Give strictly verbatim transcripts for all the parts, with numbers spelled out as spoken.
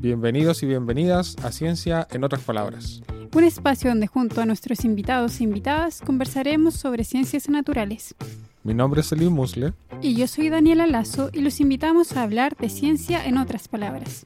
Bienvenidos y bienvenidas a Ciencia en otras palabras. Un espacio donde junto a nuestros invitados e invitadas conversaremos sobre ciencias naturales. Mi nombre es Elim Musle. Y yo soy Daniela Lazo y los invitamos a hablar de ciencia en otras palabras.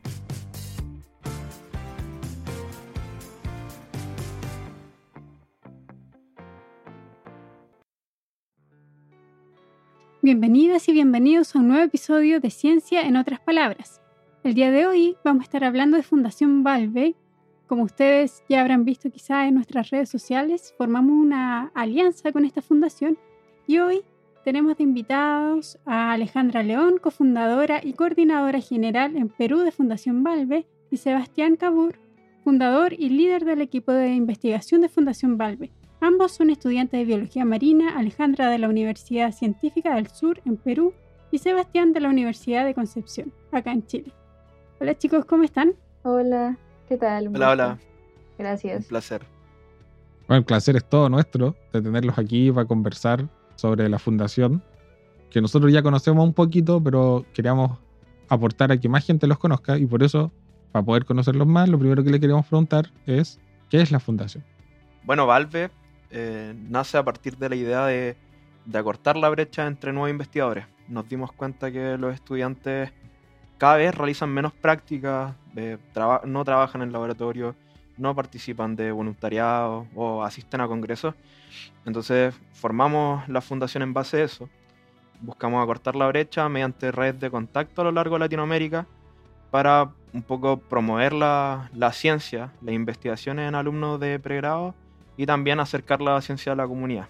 Bienvenidas y bienvenidos a un nuevo episodio de Ciencia en otras palabras. El día de hoy vamos a estar hablando de Fundación Valve. Como ustedes ya habrán visto quizá en nuestras redes sociales, formamos una alianza con esta fundación y hoy tenemos de invitados a Alejandra León, cofundadora y coordinadora general en Perú de Fundación Valve, y Sebastián Cabur, fundador y líder del equipo de investigación de Fundación Valve. Ambos son estudiantes de Biología Marina, Alejandra de la Universidad Científica del Sur en Perú y Sebastián de la Universidad de Concepción, acá en Chile. Hola chicos, ¿cómo están? Hola, ¿qué tal? Hola, hola. Gracias. Un placer. Bueno, el placer es todo nuestro de tenerlos aquí para conversar sobre la fundación, que nosotros ya conocemos un poquito, pero queríamos aportar a que más gente los conozca, y por eso, para poder conocerlos más, lo primero que le queríamos preguntar es ¿qué es la fundación? Bueno, Valve eh, nace a partir de la idea de, de acortar la brecha entre nuevos investigadores. Nos dimos cuenta que los estudiantes cada vez realizan menos prácticas, eh, traba- no trabajan en laboratorio, no participan de voluntariado o asisten a congresos. Entonces formamos la fundación en base a eso. Buscamos acortar la brecha mediante redes de contacto a lo largo de Latinoamérica para un poco promover la, la ciencia, las investigaciones en alumnos de pregrado y también acercar la ciencia a la comunidad.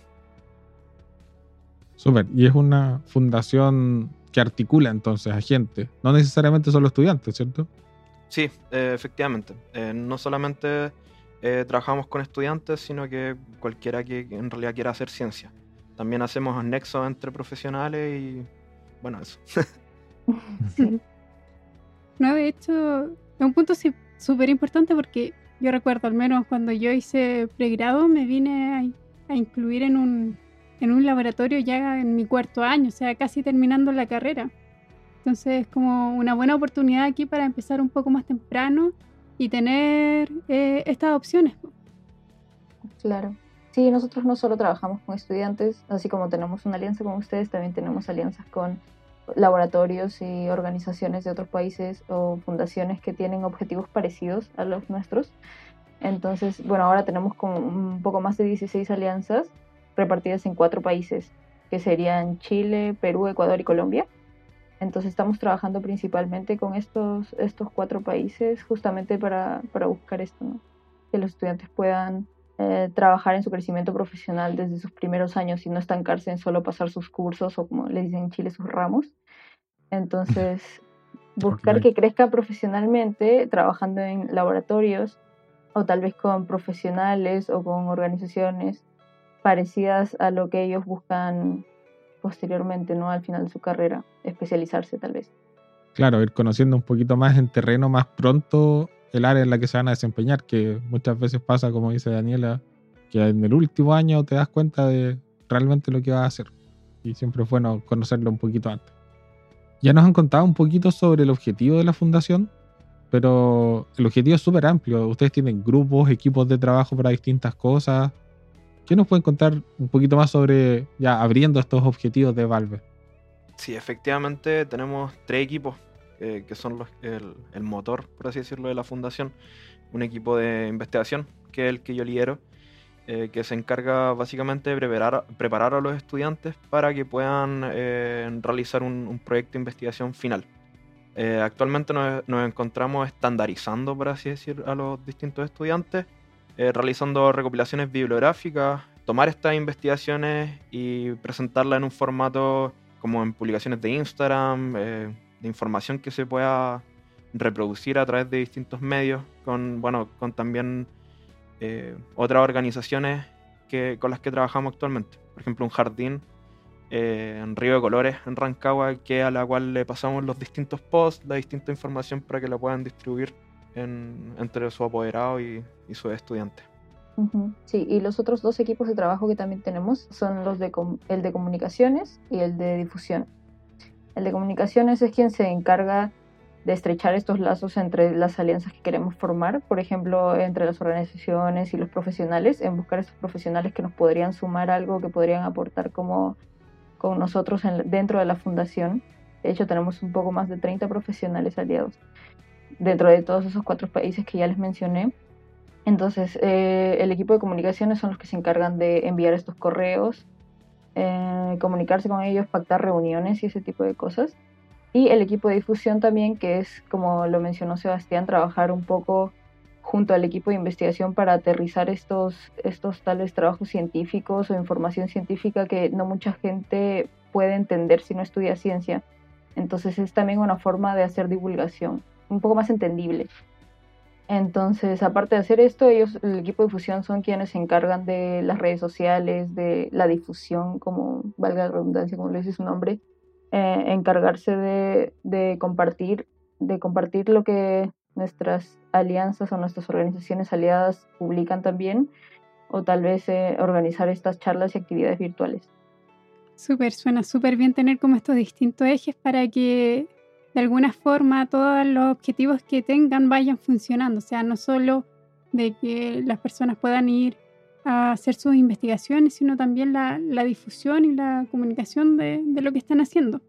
Súper, y es una fundación que articula entonces a gente, no necesariamente solo estudiantes, ¿cierto? Sí, eh, efectivamente. Eh, no solamente eh, trabajamos con estudiantes, sino que cualquiera que en realidad quiera hacer ciencia. También hacemos nexos entre profesionales y bueno, eso. Sí. No, de hecho, es un punto sí súper importante porque yo recuerdo, al menos cuando yo hice pregrado, me vine a, a incluir en un, en un laboratorio ya en mi cuarto año, o sea, casi terminando la carrera. Entonces es como una buena oportunidad aquí para empezar un poco más temprano y tener eh, estas opciones. Claro. Sí, nosotros no solo trabajamos con estudiantes, así como tenemos una alianza con ustedes, también tenemos alianzas con laboratorios y organizaciones de otros países o fundaciones que tienen objetivos parecidos a los nuestros. Entonces, bueno, ahora tenemos como un poco más de dieciséis alianzas repartidas en cuatro países, que serían Chile, Perú, Ecuador y Colombia. Entonces estamos trabajando principalmente con estos, estos cuatro países justamente para, para buscar esto, ¿no? Que los estudiantes puedan eh, trabajar en su crecimiento profesional desde sus primeros años y no estancarse en solo pasar sus cursos o, como les dicen en Chile, sus ramos. Entonces, buscar que crezca profesionalmente trabajando en laboratorios o tal vez con profesionales o con organizaciones parecidas a lo que ellos buscan posteriormente, ¿no? Al final de su carrera, especializarse tal vez. Claro, ir conociendo un poquito más en terreno más pronto el área en la que se van a desempeñar, que muchas veces pasa, como dice Daniela, que en el último año te das cuenta de realmente lo que vas a hacer, y siempre es bueno conocerlo un poquito antes. Ya nos han contado un poquito sobre el objetivo de la fundación, pero el objetivo es súper amplio. Ustedes tienen grupos, equipos de trabajo para distintas cosas. ¿Qué nos pueden contar un poquito más sobre, ya abriendo estos objetivos de Valve? Sí, efectivamente tenemos tres equipos eh, que son los, el, el motor, por así decirlo, de la fundación. Un equipo de investigación, que es el que yo lidero, eh, que se encarga básicamente de preparar, preparar a los estudiantes para que puedan eh, realizar un, un proyecto de investigación final. Eh, actualmente nos, nos encontramos estandarizando, por así decir, a los distintos estudiantes, eh, realizando recopilaciones bibliográficas, tomar estas investigaciones y presentarlas en un formato como en publicaciones de Instagram, eh, de información que se pueda reproducir a través de distintos medios, con, bueno, con también eh, otras organizaciones que, con las que trabajamos actualmente. Por ejemplo, un jardín eh, en Río de Colores, en Rancagua, que a la cual le pasamos los distintos posts, la distinta información para que la puedan distribuir en, entre su apoderado y, y sus estudiantes. Uh-huh. Sí, y los otros dos equipos de trabajo que también tenemos son los de com- el de comunicaciones y el de difusión. El de comunicaciones es quien se encarga de estrechar estos lazos entre las alianzas que queremos formar, por ejemplo, entre las organizaciones y los profesionales, en buscar estos profesionales que nos podrían sumar algo, que podrían aportar como con nosotros en, dentro de la fundación. De hecho, tenemos un poco más de treinta profesionales aliados dentro de todos esos cuatro países que ya les mencioné. Entonces, eh, el equipo de comunicaciones son los que se encargan de enviar estos correos, eh, comunicarse con ellos, pactar reuniones y ese tipo de cosas. Y el equipo de difusión también, que es, como lo mencionó Sebastián, trabajar un poco junto al equipo de investigación para aterrizar estos, estos tales trabajos científicos o información científica que no mucha gente puede entender si no estudia ciencia. Entonces es también una forma de hacer divulgación un poco más entendible. Entonces, aparte de hacer esto, ellos, el equipo de difusión, son quienes se encargan de las redes sociales, de la difusión, como valga la redundancia, como le dice su nombre, eh, encargarse de, de compartir, de compartir lo que nuestras alianzas o nuestras organizaciones aliadas publican también, o tal vez eh, organizar estas charlas y actividades virtuales. Súper, suena súper bien tener como estos distintos ejes para que de alguna forma todos los objetivos que tengan vayan funcionando. O sea, no solo de que las personas puedan ir a hacer sus investigaciones, sino también la, la difusión y la comunicación de, de lo que están haciendo.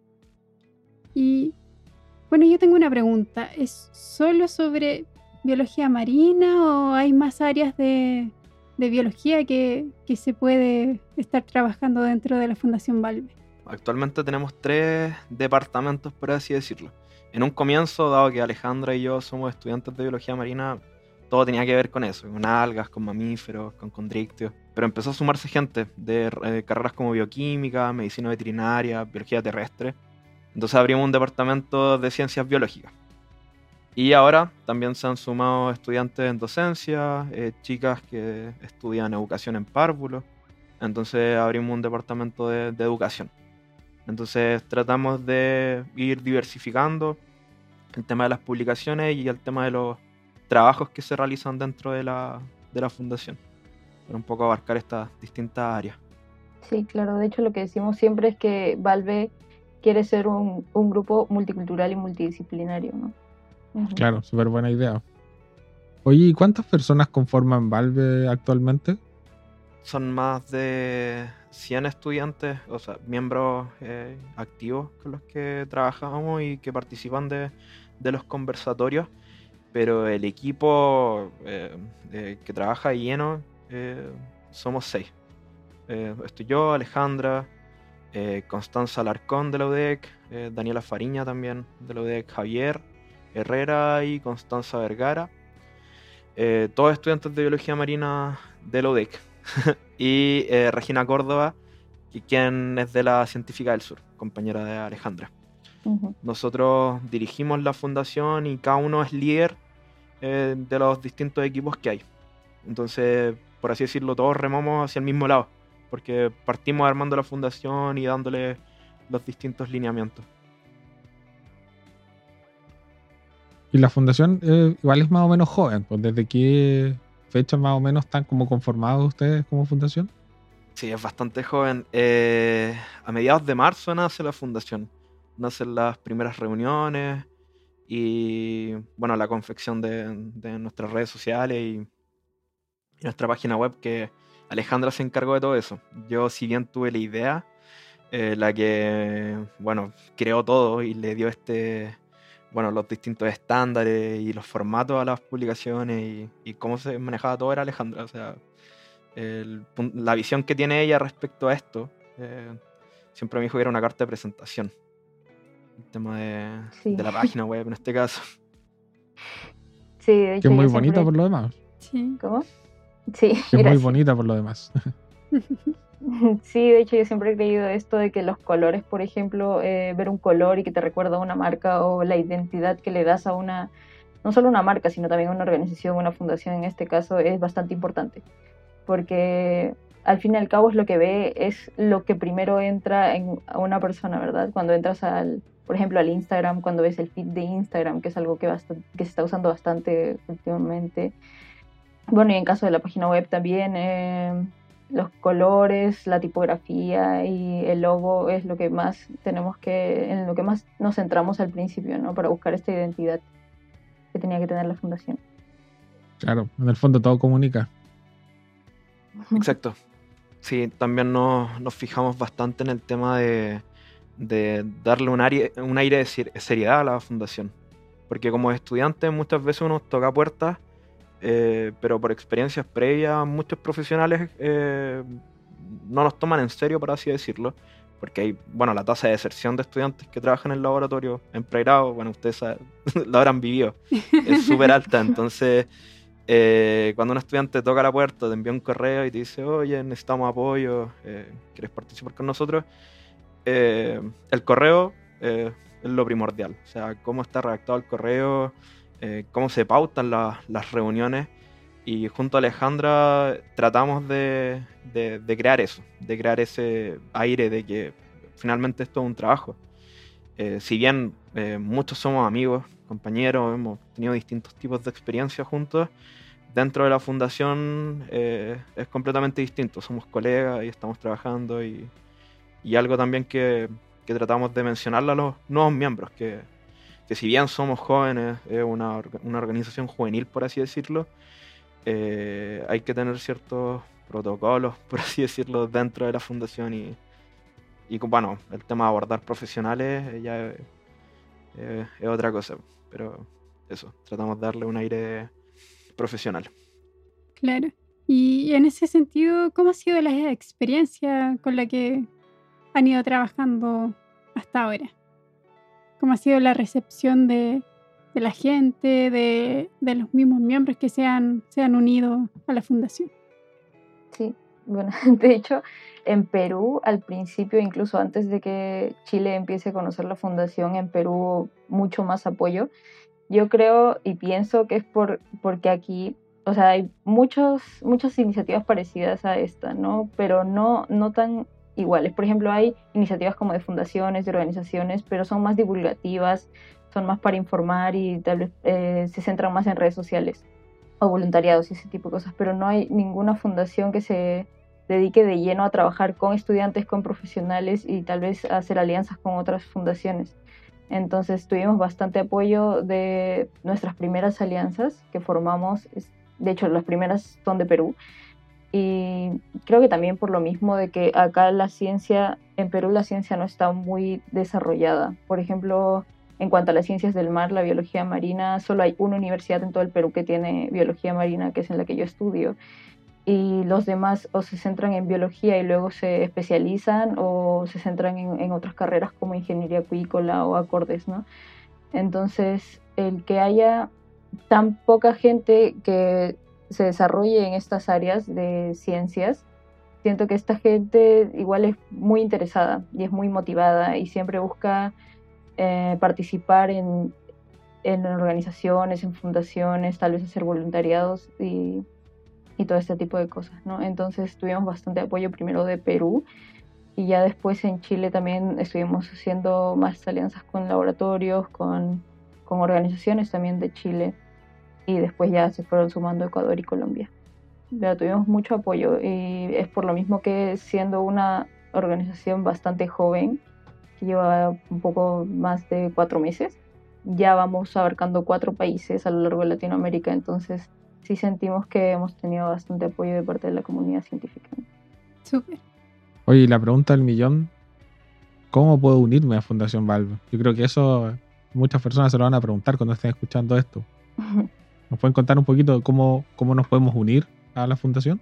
Y bueno, yo tengo una pregunta. ¿Es solo sobre biología marina o hay más áreas de, de biología que, que se puede estar trabajando dentro de la Fundación Valve? Actualmente tenemos tres departamentos, por así decirlo. En un comienzo, dado que Alejandra y yo somos estudiantes de biología marina, todo tenía que ver con eso, con algas, con mamíferos, con condrictios. Pero empezó a sumarse gente de eh, carreras como bioquímica, medicina veterinaria, biología terrestre. Entonces abrimos un departamento de ciencias biológicas. Y ahora también se han sumado estudiantes en docencia, eh, chicas que estudian educación en párvulos. Entonces abrimos un departamento de, de educación. Entonces tratamos de ir diversificando el tema de las publicaciones y el tema de los trabajos que se realizan dentro de la, de la fundación, para un poco abarcar estas distintas áreas. Sí, claro. De hecho, lo que decimos siempre es que Valve quiere ser un, un grupo multicultural y multidisciplinario, ¿no? Uh-huh. Claro, súper buena idea. Oye, ¿y cuántas personas conforman Valve actualmente? Son más de cien estudiantes, o sea, miembros eh, activos con los que trabajamos y que participan de, de los conversatorios, pero el equipo eh, eh, que trabaja lleno eh, somos seis. Eh, estoy yo, Alejandra, eh, Constanza Alarcón de la U D E C, eh, Daniela Fariña también de la U D E C, Javier Herrera y Constanza Vergara, eh, todos estudiantes de biología marina de la U D E C. y eh, Regina Córdoba, que quien es de la Científica del Sur, compañera de Alejandra. Uh-huh. Nosotros dirigimos la fundación y cada uno es líder eh, de los distintos equipos que hay. Entonces, por así decirlo, todos remamos hacia el mismo lado, porque partimos armando la fundación y dándole los distintos lineamientos. Y la fundación eh, igual es más o menos joven, pues ¿desde qué fecha más o menos están como conformados ustedes como fundación? Sí, es bastante joven. Eh, a mediados de marzo nace la fundación. Nacen las primeras reuniones y, bueno, la confección de, de nuestras redes sociales y, y nuestra página web, que Alejandra se encargó de todo eso. Yo, si bien tuve la idea, eh, la que, bueno, creó todo y le dio este... bueno, los distintos estándares y los formatos a las publicaciones y, y cómo se manejaba todo era Alejandra. O sea, el, la visión que tiene ella respecto a esto, eh, siempre me dijo que era una carta de presentación. El tema de, sí. de la página web en este caso. Sí, de hecho, que es muy siempre... bonita por lo demás. Sí. ¿Cómo? Sí, que es muy bonita por lo demás. Sí, de hecho yo siempre he creído esto de que los colores, por ejemplo, eh, ver un color y que te recuerda a una marca o la identidad que le das a una, no solo una marca, sino también a una organización, una fundación en este caso, es bastante importante. Porque al fin y al cabo es lo que ve, es lo que primero entra en a una persona, ¿verdad? Cuando entras al, por ejemplo, al Instagram, cuando ves el feed de Instagram, que es algo que, bastante, que se está usando bastante últimamente. Bueno, y en caso de la página web también... Eh, los colores, la tipografía y el logo es lo que más tenemos que, en lo que más nos centramos al principio, ¿no? Para buscar esta identidad que tenía que tener la fundación. Claro, en el fondo todo comunica. Exacto. Sí, también nos, nos fijamos bastante en el tema de, de darle un aire, un aire de seriedad a la fundación. Porque como estudiantes muchas veces uno toca puertas, eh, pero por experiencias previas muchos profesionales eh, no nos toman en serio, por así decirlo. Porque hay, bueno, la tasa de deserción de estudiantes que trabajan en el laboratorio, en pregrado, bueno, ustedes saben, la habrán vivido, es súper alta. Entonces, eh, cuando un estudiante toca la puerta, te envía un correo y te dice, oye, necesitamos apoyo, eh, ¿quieres participar con nosotros? Eh, el correo eh, es lo primordial, o sea, cómo está redactado el correo, eh, cómo se pautan la, las reuniones. Y junto a Alejandra tratamos de, de, de crear eso, de crear ese aire de que finalmente esto es un trabajo. Eh, si bien eh, muchos somos amigos, compañeros, hemos tenido distintos tipos de experiencias juntos, dentro de la fundación eh, es completamente distinto. Somos colegas y estamos trabajando y, y algo también que, que tratamos de mencionarle a los nuevos miembros, que, que si bien somos jóvenes, es una, una organización juvenil, por así decirlo, Eh, hay que tener ciertos protocolos, por así decirlo, dentro de la fundación y, y bueno, el tema de abordar profesionales eh, ya es, es, es otra cosa, pero eso, tratamos de darle un aire profesional. Claro. Y en ese sentido, ¿cómo ha sido la experiencia con la que han ido trabajando hasta ahora? ¿Cómo ha sido la recepción de, de la gente, de, de los mismos miembros que se han, se han unido a la fundación? Sí, bueno, de hecho, en Perú, al principio, incluso antes de que Chile empiece a conocer la fundación, en Perú hubo mucho más apoyo. Yo creo y pienso que es por, porque aquí, o sea, hay muchos, muchas iniciativas parecidas a esta, ¿no? Pero no, no tan iguales. Por ejemplo, hay iniciativas como de fundaciones, de organizaciones, pero son más divulgativas, son más para informar y tal vez eh, se centran más en redes sociales o voluntariados y ese tipo de cosas, pero no hay ninguna fundación que se dedique de lleno a trabajar con estudiantes, con profesionales y tal vez a hacer alianzas con otras fundaciones. Entonces tuvimos bastante apoyo de nuestras primeras alianzas que formamos, de hecho las primeras son de Perú, y creo que también por lo mismo de que acá la ciencia, en Perú la ciencia no está muy desarrollada. Por ejemplo, en cuanto a las ciencias del mar, la biología marina, solo hay una universidad en todo el Perú que tiene biología marina, que es en la que yo estudio. Y los demás o se centran en biología y luego se especializan o se centran en, en otras carreras como ingeniería acuícola o acordes, ¿no? Entonces, el que haya tan poca gente que se desarrolle en estas áreas de ciencias, siento que esta gente igual es muy interesada y es muy motivada y siempre busca eh, participar en, en organizaciones, en fundaciones, tal vez hacer voluntariados y, y todo este tipo de cosas, ¿no? Entonces tuvimos bastante apoyo primero de Perú y ya después en Chile también estuvimos haciendo más alianzas con laboratorios, con, con organizaciones también de Chile. Y después ya se fueron sumando Ecuador y Colombia. Ya tuvimos mucho apoyo y es por lo mismo que siendo una organización bastante joven, que lleva un poco más de cuatro meses, ya vamos abarcando cuatro países a lo largo de Latinoamérica, entonces sí sentimos que hemos tenido bastante apoyo de parte de la comunidad científica. Súper. Oye, la pregunta del millón, ¿cómo puedo unirme a Fundación Valve? Yo creo que eso muchas personas se lo van a preguntar cuando estén escuchando esto. ¿Nos pueden contar un poquito cómo, cómo nos podemos unir a la fundación?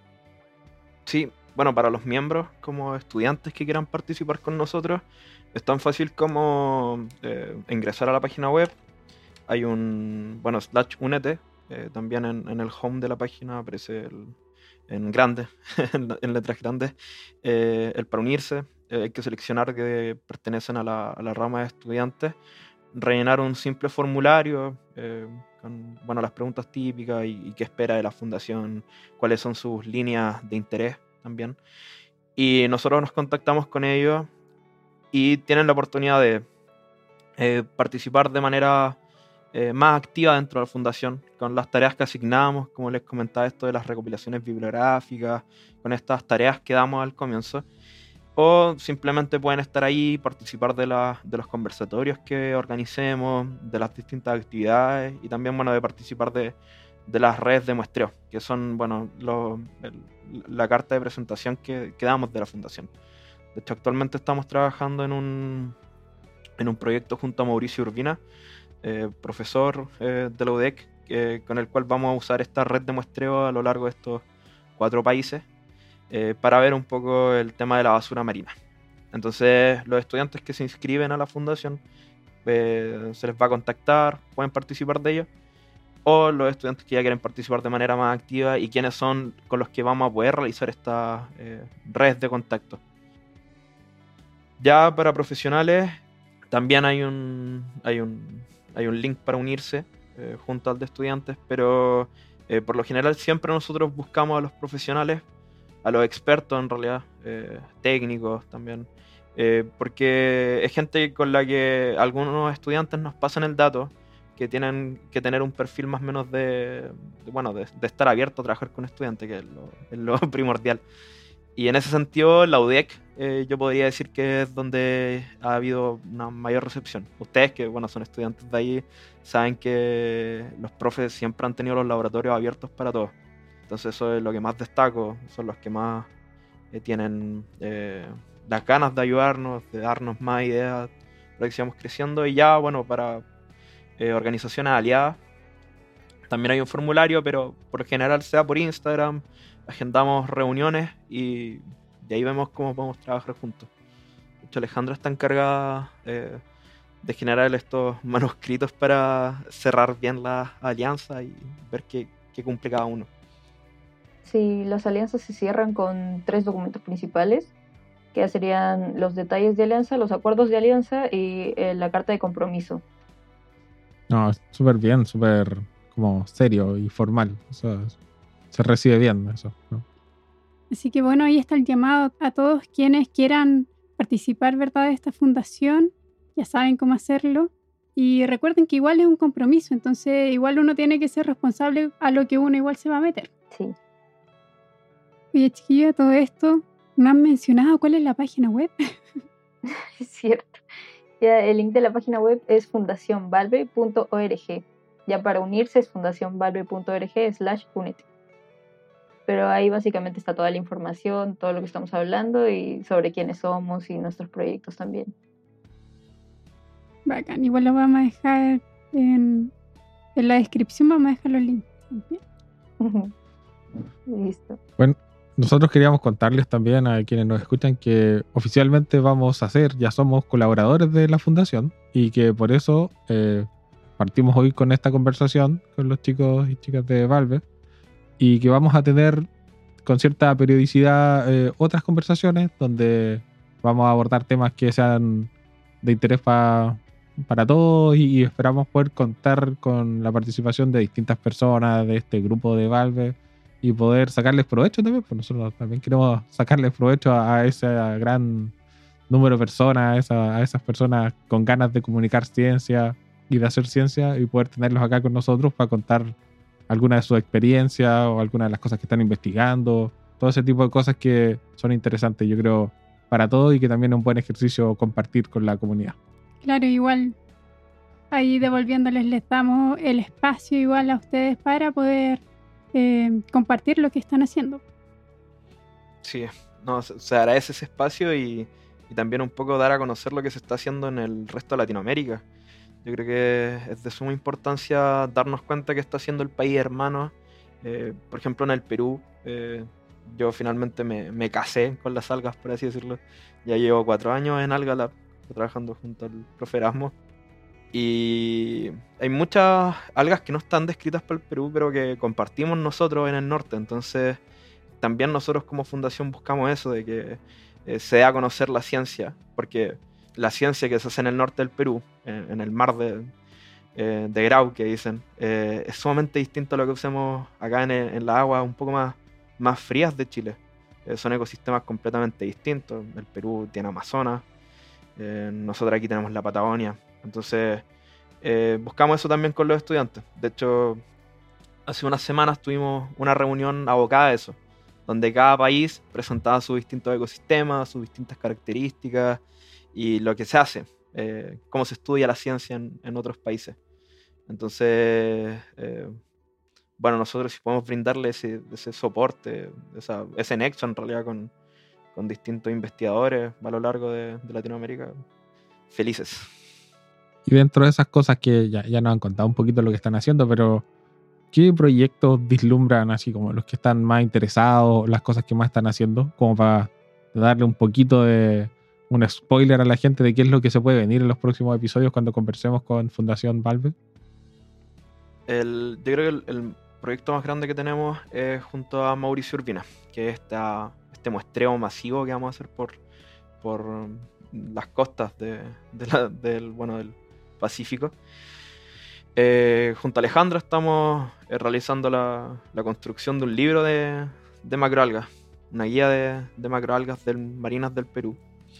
Sí, bueno, para los miembros como estudiantes que quieran participar con nosotros, es tan fácil como eh, ingresar a la página web. Hay un, bueno, slash únete, eh, también en, en el home de la página aparece el, en grande, en letras grandes, eh, el para unirse. Eh, hay que seleccionar que pertenecen a la, a la rama de estudiantes, rellenar un simple formulario eh, con bueno, las preguntas típicas y, y qué espera de la fundación, cuáles son sus líneas de interés también. Y nosotros nos contactamos con ellos y tienen la oportunidad de eh, participar de manera eh, más activa dentro de la fundación, con las tareas que asignamos, como les comentaba, esto de las recopilaciones bibliográficas, con estas tareas que damos al comienzo, o simplemente pueden estar ahí, participar de, la, de los conversatorios que organicemos, de las distintas actividades, y también, bueno, de participar de, de las redes de muestreo, que son, bueno, lo, el, la carta de presentación que, que damos de la fundación. De hecho, actualmente estamos trabajando en un, en un proyecto junto a Mauricio Urbina, eh, profesor eh, de la U D E C, eh, con el cual vamos a usar esta red de muestreo a lo largo de estos cuatro países, eh, para ver un poco el tema de la basura marina. Entonces, los estudiantes que se inscriben a la fundación, eh, se les va a contactar, pueden participar de ello, o los estudiantes que ya quieren participar de manera más activa y quienes son con los que vamos a poder realizar esta eh, red de contacto. Ya para profesionales también hay un, hay un, hay un link para unirse eh, junto al de estudiantes, pero eh, por lo general siempre nosotros buscamos a los profesionales, a los expertos en realidad, eh, técnicos también, eh, porque es gente con la que algunos estudiantes nos pasan el dato, que tienen que tener un perfil más o menos de, de bueno, de, de estar abierto a trabajar con estudiantes, que es lo, es lo primordial. Y en ese sentido, la U D E C, eh, yo podría decir que es donde ha habido una mayor recepción. Ustedes, que bueno, son estudiantes de ahí, saben que los profes siempre han tenido los laboratorios abiertos para todos. Entonces eso es lo que más destaco, son los que más eh, tienen eh, las ganas de ayudarnos, de darnos más ideas para que sigamos creciendo. Y ya, bueno, para eh, organizaciones aliadas, también hay un formulario, pero por lo general sea por Instagram, agendamos reuniones y de ahí vemos cómo podemos trabajar juntos. De hecho, Alejandra está encargada eh, de generar estos manuscritos para cerrar bien la alianza y ver qué, qué cumple cada uno. Sí, las alianzas se cierran con tres documentos principales, que serían los detalles de alianza, los acuerdos de alianza y eh, la carta de compromiso. No, súper bien, súper como serio y formal. O sea, se recibe bien eso, ¿no? Así que bueno, ahí está el llamado a todos quienes quieran participar, ¿verdad?, de esta fundación. Ya saben cómo hacerlo. Y recuerden que igual es un compromiso, entonces igual uno tiene que ser responsable a lo que uno igual se va a meter. Sí. Oye, chiquilla, todo esto, ¿no han mencionado cuál es la página web? Es cierto. Ya, el link de la página web es fundación valve punto org. Ya para unirse es fundación valve punto org slash únete. Pero ahí básicamente está toda la información, todo lo que estamos hablando y sobre quiénes somos y nuestros proyectos también. Bacán, igual lo vamos a dejar en, en la descripción, vamos a dejar los links también. Listo. Bueno, nosotros queríamos contarles también a quienes nos escuchan que oficialmente vamos a ser, ya somos colaboradores de la fundación y que por eso eh, partimos hoy con esta conversación con los chicos y chicas de Valve y que vamos a tener con cierta periodicidad eh, otras conversaciones donde vamos a abordar temas que sean de interés pa, para todos y, y esperamos poder contar con la participación de distintas personas de este grupo de Valve y poder sacarles provecho también, pues nosotros también queremos sacarles provecho a, a ese gran número de personas, a, esa, a esas personas con ganas de comunicar ciencia y de hacer ciencia y poder tenerlos acá con nosotros para contar alguna de sus experiencias o alguna de las cosas que están investigando, todo ese tipo de cosas que son interesantes, yo creo, para todos y que también es un buen ejercicio compartir con la comunidad. Claro, igual ahí devolviéndoles les damos el espacio igual a ustedes para poder Eh, compartir lo que están haciendo. Sí, no, se, se agradece ese espacio y, y también un poco dar a conocer lo que se está haciendo en el resto de Latinoamérica. Yo creo que es de suma importancia darnos cuenta que está haciendo el país hermano. Eh, por ejemplo, en el Perú, eh, yo finalmente me, me casé con las algas, por así decirlo. Ya llevo cuatro años en Alga Lab, trabajando junto al profe Erasmo. Y hay muchas algas que no están descritas para el Perú, pero que compartimos nosotros en el norte. Entonces, también nosotros como fundación buscamos eso, de que eh, se dé a conocer la ciencia, porque la ciencia que se hace en el norte del Perú, en, en el mar de, eh, de Grau, que dicen, eh, es sumamente distinto a lo que hacemos acá en, en las aguas un poco más, más frías de Chile. Eh, son ecosistemas completamente distintos. El Perú tiene Amazonas, eh, nosotros aquí tenemos la Patagonia. Entonces, eh, buscamos eso también con los estudiantes. De hecho, hace unas semanas tuvimos una reunión abocada a eso, donde cada país presentaba sus distintos ecosistemas, sus distintas características y lo que se hace, eh, cómo se estudia la ciencia en, en otros países. Entonces, eh, bueno, nosotros si podemos brindarle ese, ese soporte, esa, ese nexo en realidad con, con distintos investigadores a lo largo de, de Latinoamérica, felices. Y dentro de esas cosas que ya, ya nos han contado un poquito lo que están haciendo, pero ¿qué proyectos vislumbran así como los que están más interesados, las cosas que más están haciendo? Como para darle un poquito de un spoiler a la gente de qué es lo que se puede venir en los próximos episodios cuando conversemos con Fundación Valve. El, yo creo que el, el proyecto más grande que tenemos es junto a Mauricio Urbina, que es esta, este muestreo masivo que vamos a hacer por, por las costas de, de la, del, bueno, del Pacífico. Eh, junto a Alejandra estamos eh, realizando la, la construcción de un libro de, de macroalgas, una guía de, de macroalgas del, marinas del Perú.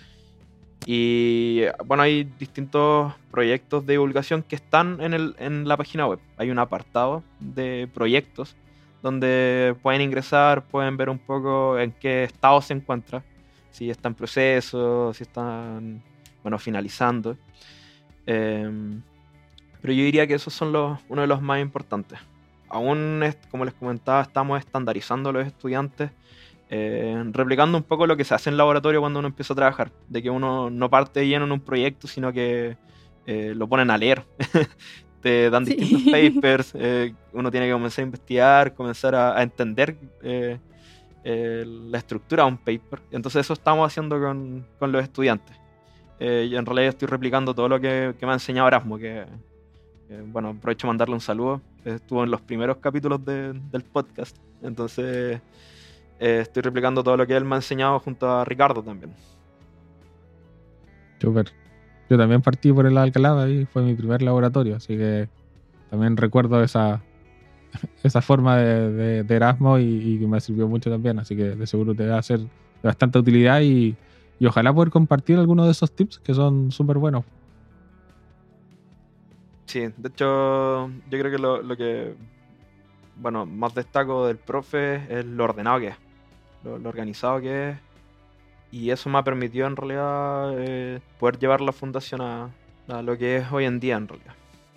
Y bueno, hay distintos proyectos de divulgación que están en, el, en la página web. Hay un apartado de proyectos donde pueden ingresar, pueden ver un poco en qué estado se encuentra, si está en proceso, si están, bueno, finalizando. Eh, pero yo diría que esos son los, uno de los más importantes. Aún, como les comentaba, estamos estandarizando a los estudiantes, eh, replicando un poco lo que se hace en laboratorio cuando uno empieza a trabajar, de que uno no parte lleno en un proyecto, sino que eh, lo ponen a leer. Te dan Sí. distintos papers, eh, uno tiene que comenzar a investigar, comenzar a, a entender eh, eh, la estructura de un paper. Entonces eso estamos haciendo con, con los estudiantes. Eh, y en realidad estoy replicando todo lo que, que me ha enseñado Erasmo, que eh, bueno, aprovecho de mandarle un saludo. Estuvo en los primeros capítulos de, del podcast. Entonces eh, estoy replicando todo lo que él me ha enseñado junto a Ricardo también. Súper. Yo también partí por el Alcalá, ahí fue mi primer laboratorio, así que también recuerdo esa, esa forma de, de, de Erasmo y, y me sirvió mucho también, así que de seguro te va a ser de bastante utilidad y, y ojalá poder compartir algunos de esos tips que son súper buenos. Sí, de hecho yo creo que lo, lo que bueno, más destaco del profe es lo ordenado que es, lo, lo organizado que es. Y eso me ha permitido en realidad eh, poder llevar la fundación a, a lo que es hoy en día en realidad.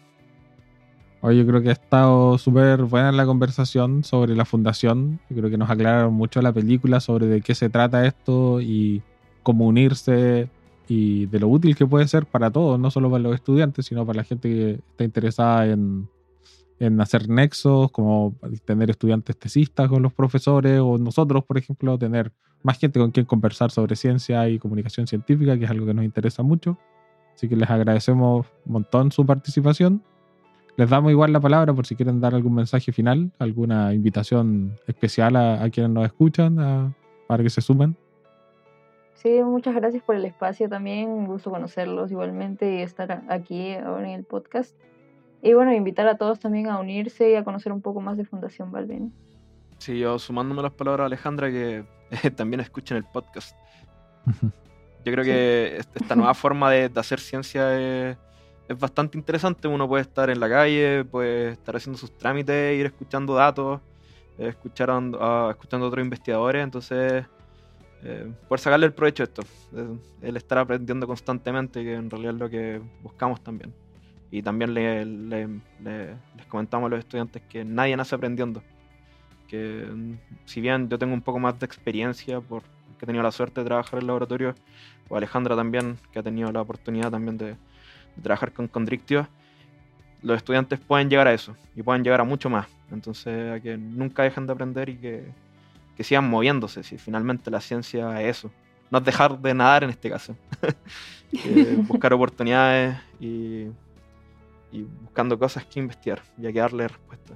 Hoy yo creo que ha estado súper buena la conversación sobre la fundación. Yo creo que nos aclararon mucho la película sobre de qué se trata esto y cómo unirse y de lo útil que puede ser para todos, no solo para los estudiantes, sino para la gente que está interesada en, en hacer nexos, como tener estudiantes tesistas con los profesores o nosotros, por ejemplo, tener más gente con quien conversar sobre ciencia y comunicación científica, que es algo que nos interesa mucho. Así que les agradecemos un montón su participación. Les damos igual la palabra por si quieren dar algún mensaje final, alguna invitación especial a, a quienes nos escuchan a, para que se sumen. Sí, muchas gracias por el espacio también, un gusto conocerlos igualmente y estar aquí ahora en el podcast. Y bueno, invitar a todos también a unirse y a conocer un poco más de Fundación Valve, ¿no? Sí, yo sumándome las palabras de Alejandra, que eh, también escuchen el podcast. Yo creo Sí. que esta nueva forma de, de hacer ciencia es, es bastante interesante. Uno puede estar en la calle, puede estar haciendo sus trámites, ir escuchando datos, eh, escuchar a, a- escuchando a otros investigadores. Entonces, eh, poder sacarle el provecho a esto, eh, el estar aprendiendo constantemente, que en realidad es lo que buscamos también. Y también le, le- le- les comentamos a los estudiantes que nadie nace aprendiendo. Que mm, si bien yo tengo un poco más de experiencia por que he tenido la suerte de trabajar en laboratorio, o Alejandra también, que ha tenido la oportunidad también de, de trabajar con Condrictio, los estudiantes pueden llegar a eso y pueden llegar a mucho más. Entonces, a que nunca dejen de aprender y que, que sigan moviéndose. Si finalmente la ciencia es eso, no es dejar de nadar en este caso. Eh, buscar oportunidades y, y buscando cosas que investigar y a que darle respuesta.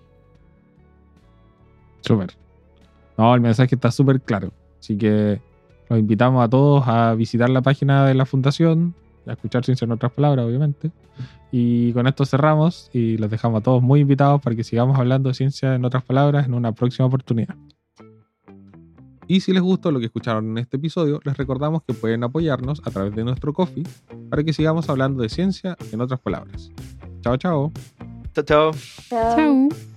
Súper. No, el mensaje está súper claro. Así que los invitamos a todos a visitar la página de la fundación, a escuchar Ciencia en otras palabras, obviamente. Y con esto cerramos y los dejamos a todos muy invitados para que sigamos hablando de ciencia en otras palabras en una próxima oportunidad. Y si les gustó lo que escucharon en este episodio, les recordamos que pueden apoyarnos a través de nuestro Ko-fi para que sigamos hablando de ciencia en otras palabras. Chao, chao. Chao, chao. Chao. Chau.